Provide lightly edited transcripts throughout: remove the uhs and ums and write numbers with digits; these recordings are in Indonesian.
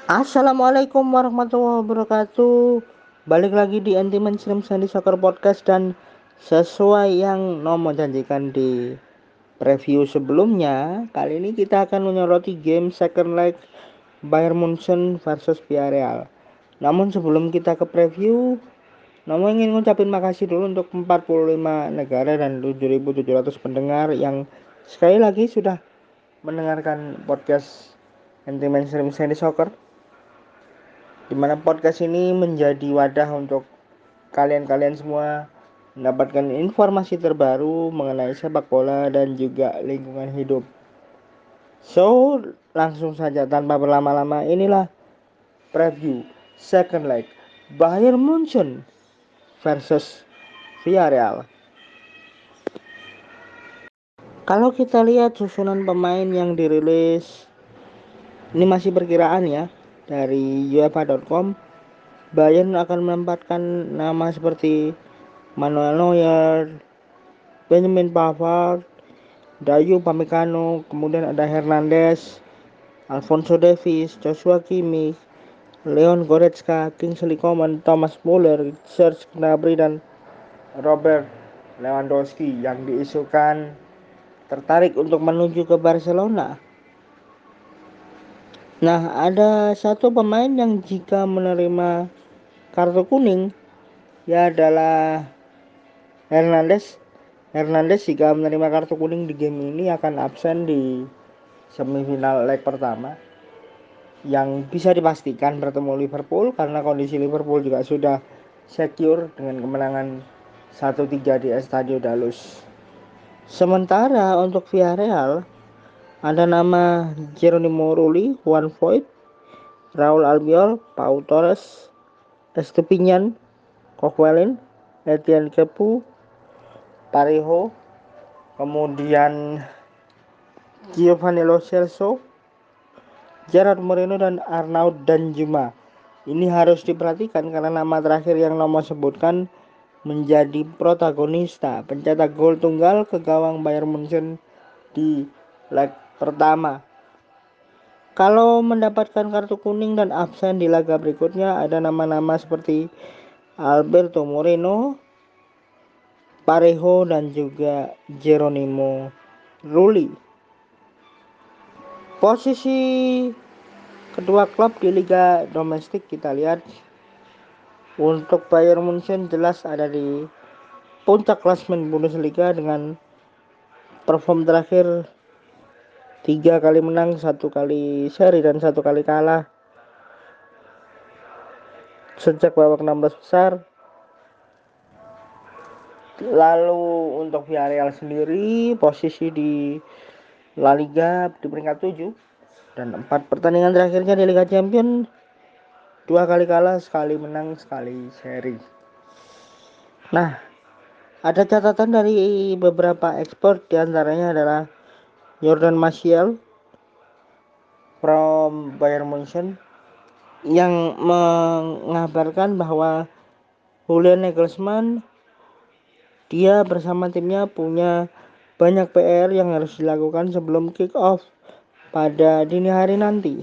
Assalamualaikum warahmatullahi wabarakatuh. Balik lagi di Anti Mainstream Sandy Soccer Podcast, dan sesuai yang Nomo janjikan di preview sebelumnya, kali ini kita akan menyoroti game second leg Bayern Munchen versus Villarreal. Namun sebelum kita ke preview, Nomo ingin ngucapin makasih dulu untuk 45 negara dan 7.700 pendengar yang sekali lagi sudah mendengarkan podcast Anti Mainstream Sandy Soccer, di mana podcast ini menjadi wadah untuk kalian-kalian semua mendapatkan informasi terbaru mengenai sepak bola dan juga lingkungan hidup. So, langsung saja tanpa berlama-lama, inilah preview second leg Bayern Munchen versus Villarreal. Kalau kita lihat susunan pemain yang dirilis, ini masih perkiraan ya dari UEFA.com. Bayern akan menempatkan nama seperti Manuel Neuer, Benjamin Pavard, Dayo Pamecano, kemudian ada Hernandez, Alphonso Davies, Joshua Kimmich, Leon Goretzka, Kingsley Coman, Thomas Muller, Serge Gnabry, dan Robert Lewandowski yang diisukan tertarik untuk menuju ke Barcelona. Nah, ada satu pemain yang jika menerima kartu kuning, ya adalah Hernandez. Hernandez jika menerima kartu kuning di game ini akan absen di semifinal leg pertama, yang bisa dipastikan bertemu Liverpool karena kondisi Liverpool juga sudah secure dengan kemenangan 1-3 di Estadio Dalus. Sementara untuk Villarreal ada nama Geronimo Rulli, Juan Foyth, Raul Albiol, Pau Torres, Estepinian, Coquelin, Etienne Kepu, Parejo, kemudian Giovanni Lo Celso, Gerard Moreno, dan Arnaud Danjuma. Ini harus diperhatikan karena nama terakhir yang Nomo sebutkan menjadi protagonista pencetak gol tunggal ke gawang Bayern Munchen di leg pertama. Kalau mendapatkan kartu kuning dan absen di laga berikutnya, ada nama-nama seperti Alberto Moreno, Parejo, dan juga Geronimo Rulli. Posisi kedua klub di liga domestik kita lihat, untuk Bayern Munchen jelas ada di puncak klasemen Bundesliga dengan perform terakhir 3 kali menang, 1 kali seri, dan 1 kali kalah sejak babak 16 besar. Lalu untuk Villarreal sendiri posisi di La Liga di peringkat 7 dan 4 pertandingan terakhirnya di Liga Champions 2 kali kalah, sekali menang, sekali seri. Nah, ada catatan dari beberapa ekspert, diantaranya adalah Jordan Martial from Bayern Munchen yang mengabarkan bahwa Julian Nagelsmann dia bersama timnya punya banyak PR yang harus dilakukan sebelum kick off pada dini hari nanti.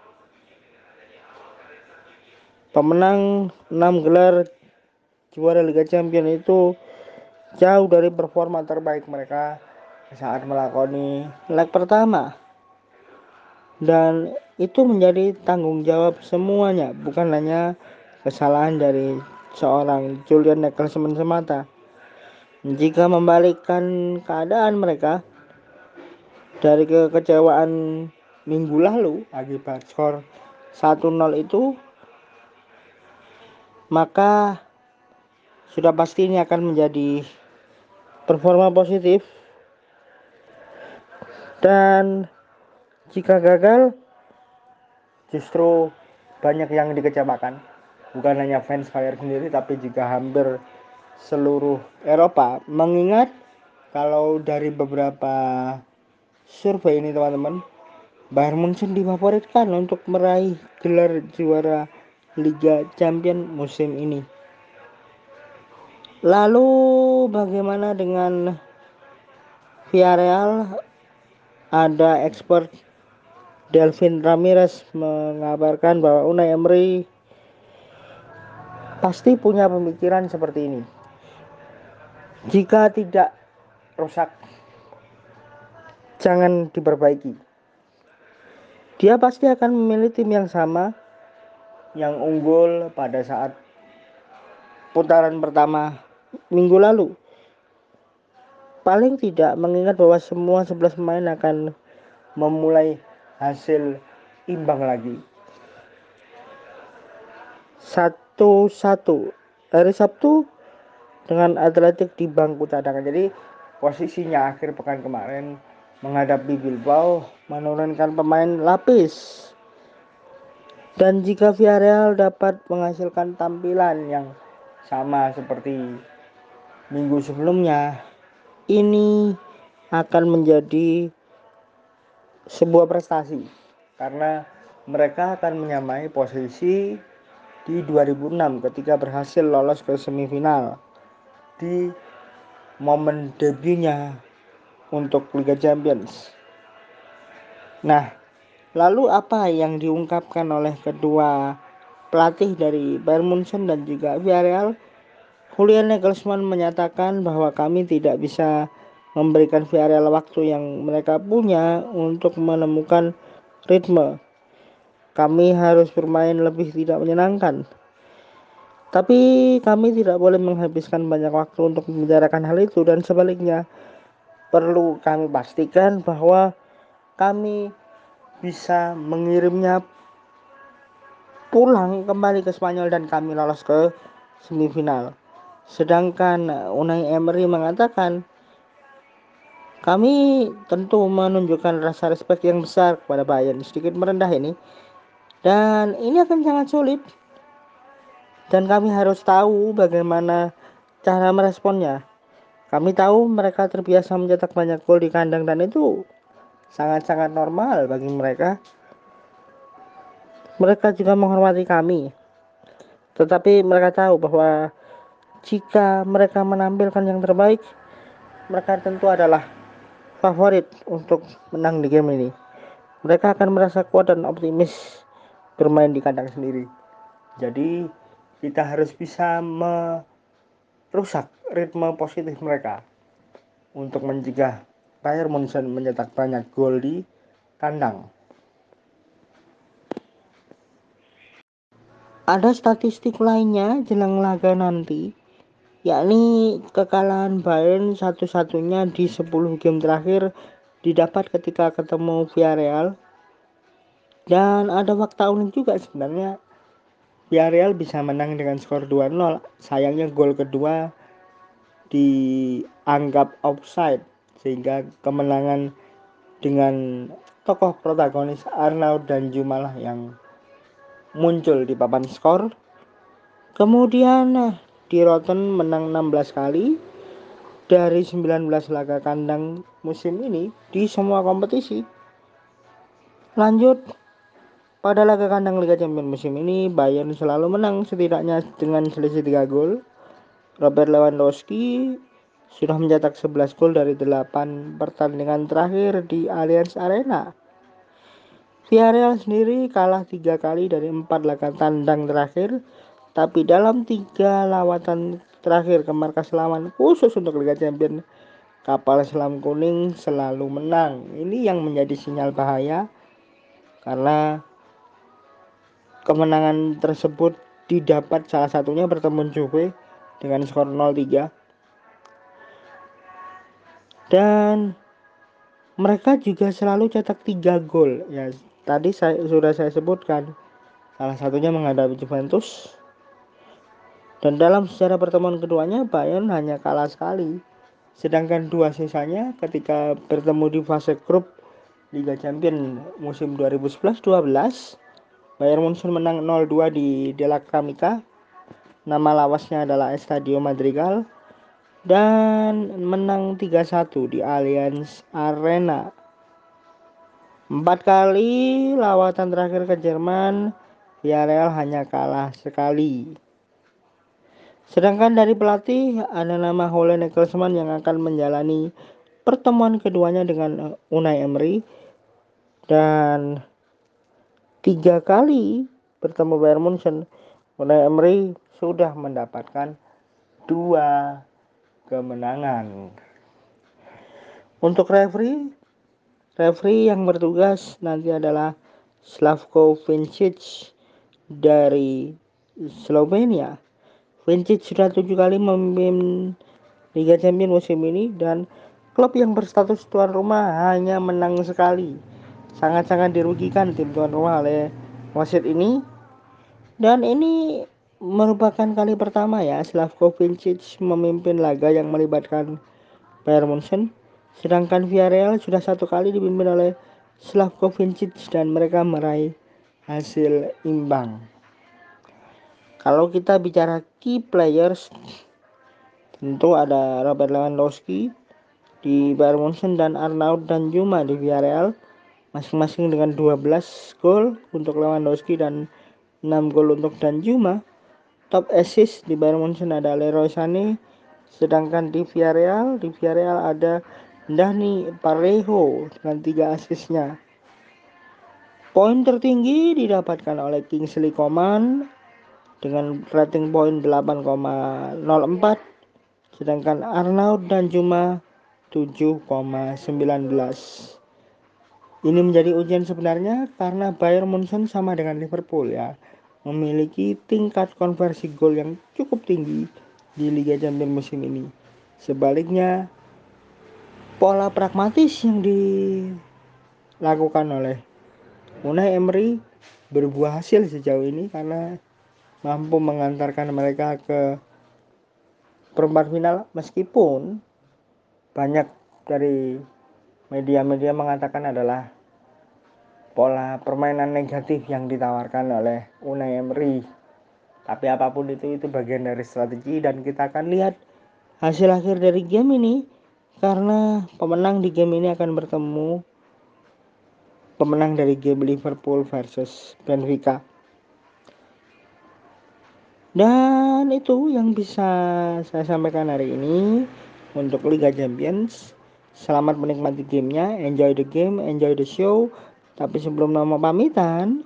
Pemenang 6 gelar juara Liga Champions itu jauh dari performa terbaik mereka saat melakoni leg pertama. Dan itu menjadi tanggung jawab semuanya, bukan hanya kesalahan dari seorang Julian Nagelsmann semata. Jika membalikkan keadaan mereka dari kekecewaan minggu lalu akibat skor 1-0 itu, maka sudah pasti ini akan menjadi performa positif. Dan jika gagal, justru banyak yang dikecewakan, bukan hanya fans Bayern sendiri tapi juga hampir seluruh Eropa, mengingat kalau dari beberapa survei ini teman-teman, Bayern Munchen difavoritkan untuk meraih gelar juara Liga Champions musim ini. Lalu bagaimana dengan Villarreal? Ada expert Delvin Ramirez mengabarkan bahwa Unai Emery pasti punya pemikiran seperti ini. Jika tidak rusak, jangan diperbaiki. Dia pasti akan memilih tim yang sama, yang unggul pada saat putaran pertama minggu lalu. Paling tidak mengingat bahwa semua 11 pemain akan memulai hasil imbang lagi. 1-1 hari Sabtu dengan Atletik di bangku cadangan. Jadi posisinya akhir pekan kemarin menghadapi Bilbao menurunkan pemain lapis. Dan jika Villarreal dapat menghasilkan tampilan yang sama seperti minggu sebelumnya, ini akan menjadi sebuah prestasi karena mereka akan menyamai posisi di 2006 ketika berhasil lolos ke semifinal di momen debutnya untuk Liga Champions. Nah, lalu apa yang diungkapkan oleh kedua pelatih dari Bayern Munchen dan juga Villarreal? Julian Nagelsmann menyatakan bahwa kami tidak bisa memberikan Villarreal waktu yang mereka punya untuk menemukan ritme. Kami harus bermain lebih tidak menyenangkan. Tapi kami tidak boleh menghabiskan banyak waktu untuk membicarakan hal itu, dan sebaliknya perlu kami pastikan bahwa kami bisa mengirimnya pulang kembali ke Spanyol dan kami lolos ke semifinal. Sedangkan Unai Emery mengatakan, kami tentu menunjukkan rasa respect yang besar kepada Bayern, sedikit merendah ini, dan ini akan sangat sulit. Dan kami harus tahu bagaimana cara meresponnya. Kami tahu mereka terbiasa mencetak banyak gol di kandang dan itu sangat-sangat normal bagi mereka. Mereka juga menghormati kami. Tetapi mereka tahu bahwa jika mereka menampilkan yang terbaik, mereka tentu adalah favorit untuk menang di game ini. Mereka akan merasa kuat dan optimis bermain di kandang sendiri. Jadi kita harus bisa merusak ritme positif mereka untuk mencegah Bayern Munchen mencetak banyak gol di kandang. Ada statistik lainnya jelang laga nanti, yakni kekalahan Bayern satu-satunya di 10 game terakhir didapat ketika ketemu Villarreal. Dan ada fakta unik juga sebenarnya, Villarreal bisa menang dengan skor 2-0. Sayangnya gol kedua dianggap offside sehingga kemenangan dengan tokoh protagonis Arnaud dan Jumalah yang muncul di papan skor. Kemudian di Rotten menang 16 kali dari 19 laga kandang musim ini di semua kompetisi. Lanjut, pada laga kandang Liga Champions musim ini Bayern selalu menang setidaknya dengan selisih 3 gol. Robert Lewandowski sudah mencetak 11 gol dari 8 pertandingan terakhir di Allianz Arena. Villarreal sendiri kalah 3 kali dari 4 laga tandang terakhir, tapi dalam 3 lawatan terakhir ke markas lawan khusus untuk Liga Champions, kapal selam kuning selalu menang. Ini yang menjadi sinyal bahaya karena kemenangan tersebut didapat salah satunya bertemu Juve dengan skor 0-3. Dan mereka juga selalu cetak 3 gol. Ya, tadi sudah saya sebutkan. Salah satunya menghadapi Juventus. Dan dalam sejarah pertemuan keduanya Bayern hanya kalah sekali. Sedangkan 2 sisanya ketika bertemu di fase grup Liga Champions musim 2011-12, Bayern Munchen menang 0-2 di Della Cramica. Nama lawasnya adalah Estadio Madrigal. Dan menang 3-1 di Allianz Arena. 4 kali lawatan terakhir ke Jerman, Villarreal hanya kalah sekali. Sedangkan dari pelatih ada nama Julian Nagelsmann yang akan menjalani pertemuan keduanya dengan Unai Emery. Dan 3 kali bertemu Bayern Munchen, Unai Emery sudah mendapatkan 2 kemenangan. Untuk referee yang bertugas nanti adalah Slavko Vincic dari Slovenia. Vincic sudah 7 kali memimpin Liga Champions musim ini dan klub yang berstatus tuan rumah hanya menang sekali. Sangat-sangat dirugikan tim tuan rumah oleh wasit ini. Dan ini merupakan kali pertama ya Slavko Vincic memimpin laga yang melibatkan Bayern Munchen. Sedangkan Villarreal sudah 1 kali dipimpin oleh Slavko Vincic dan mereka meraih hasil imbang. Kalau kita bicara key players, tentu ada Robert Lewandowski di Bayern Munchen dan Arnaud Danjuma di Villarreal, masing-masing dengan 12 gol untuk Lewandowski dan 6 gol untuk Danjuma. Top assist di Bayern Munchen ada Leroy Sané, sedangkan di Villarreal ada Dani Parejo dengan 3 assistnya. Poin tertinggi didapatkan oleh Kingsley Coman dengan rating poin 8,04, sedangkan Arnaud Danjuma 7,19. Ini menjadi ujian sebenarnya karena Bayern Munchen sama dengan Liverpool ya, memiliki tingkat konversi gol yang cukup tinggi di Liga Champions musim ini. Sebaliknya, pola pragmatis yang dilakukan oleh Unai Emery berbuah hasil sejauh ini karena mampu mengantarkan mereka ke perempat final, meskipun banyak dari media-media mengatakan adalah pola permainan negatif yang ditawarkan oleh Unai Emery. Tapi apapun itu bagian dari strategi dan kita akan lihat hasil akhir dari game ini, karena pemenang di game ini akan bertemu pemenang dari game Liverpool versus Benfica. Dan itu yang bisa saya sampaikan hari ini untuk Liga Champions. Selamat menikmati gamenya, enjoy the game, enjoy the show. Tapi sebelum Nomo pamitan,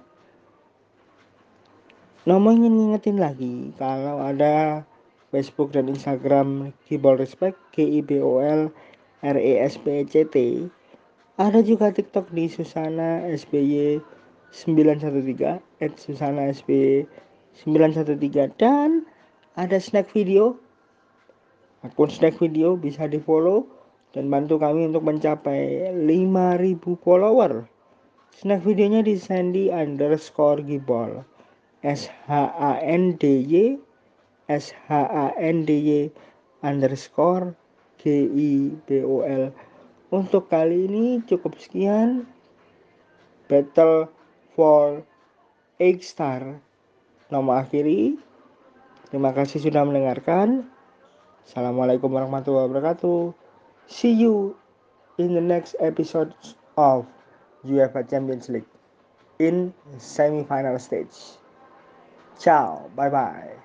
Nomo ingin ngingetin lagi kalau ada Facebook dan Instagram Gibol Respect, GIBOL RESPECT. Ada juga TikTok di Susana SBY 913 @Susana SBY 913, dan ada snack video. Akun snack video bisa di follow dan bantu kami untuk mencapai 5.000 follower. Snack videonya di Sandy_Gibol, SHANDY_GIBOL. Untuk kali ini cukup sekian. Battle for Egg Star Nomo akhiri. Terima kasih sudah mendengarkan. Assalamualaikum warahmatullahi wabarakatuh. See you in the next episode of UEFA Champions League in semi-final stage. Ciao, bye-bye.